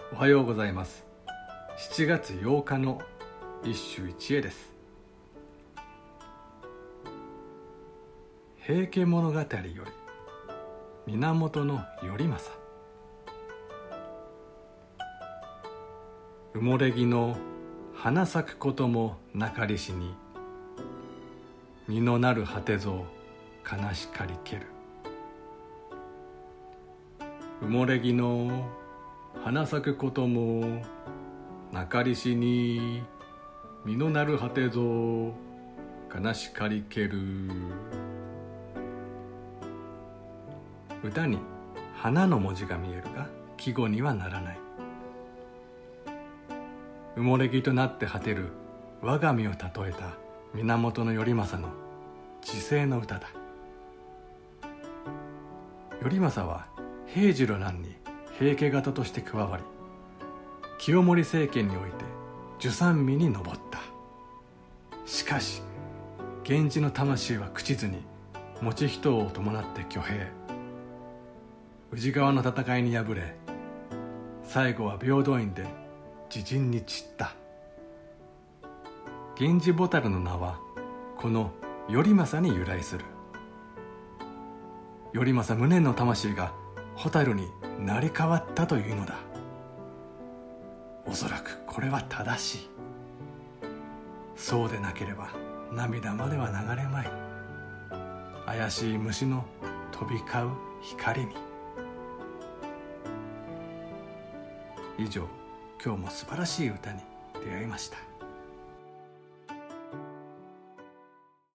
おはようございます。7月8日の一首一会です。平家物語より源頼政。埋もれ木の花咲くこともなかりしに、実のなる果てぞ悲しかりける。埋もれ木の花咲くこともなかりしに、実のなる果てぞ悲しかりける。歌に花の文字が見えるが季語にはならない。埋もれ木となって果てる我が身を例えた源頼政の自世の歌だ。頼政は平治の乱に平家方として加わり、清盛政権において従三位に上った。しかし源氏の魂は朽ちずに以仁王を伴って挙兵。宇治川の戦いに敗れ、最後は平等院で自陣に散った。源氏蛍の名はこの頼政に由来する。頼政無念の魂が蛍に成り代わったというのだ。おそらくこれは正しい。そうでなければ涙までは流れまい。怪しい虫の飛び交う光に。以上、今日も素晴らしい歌に出会いました。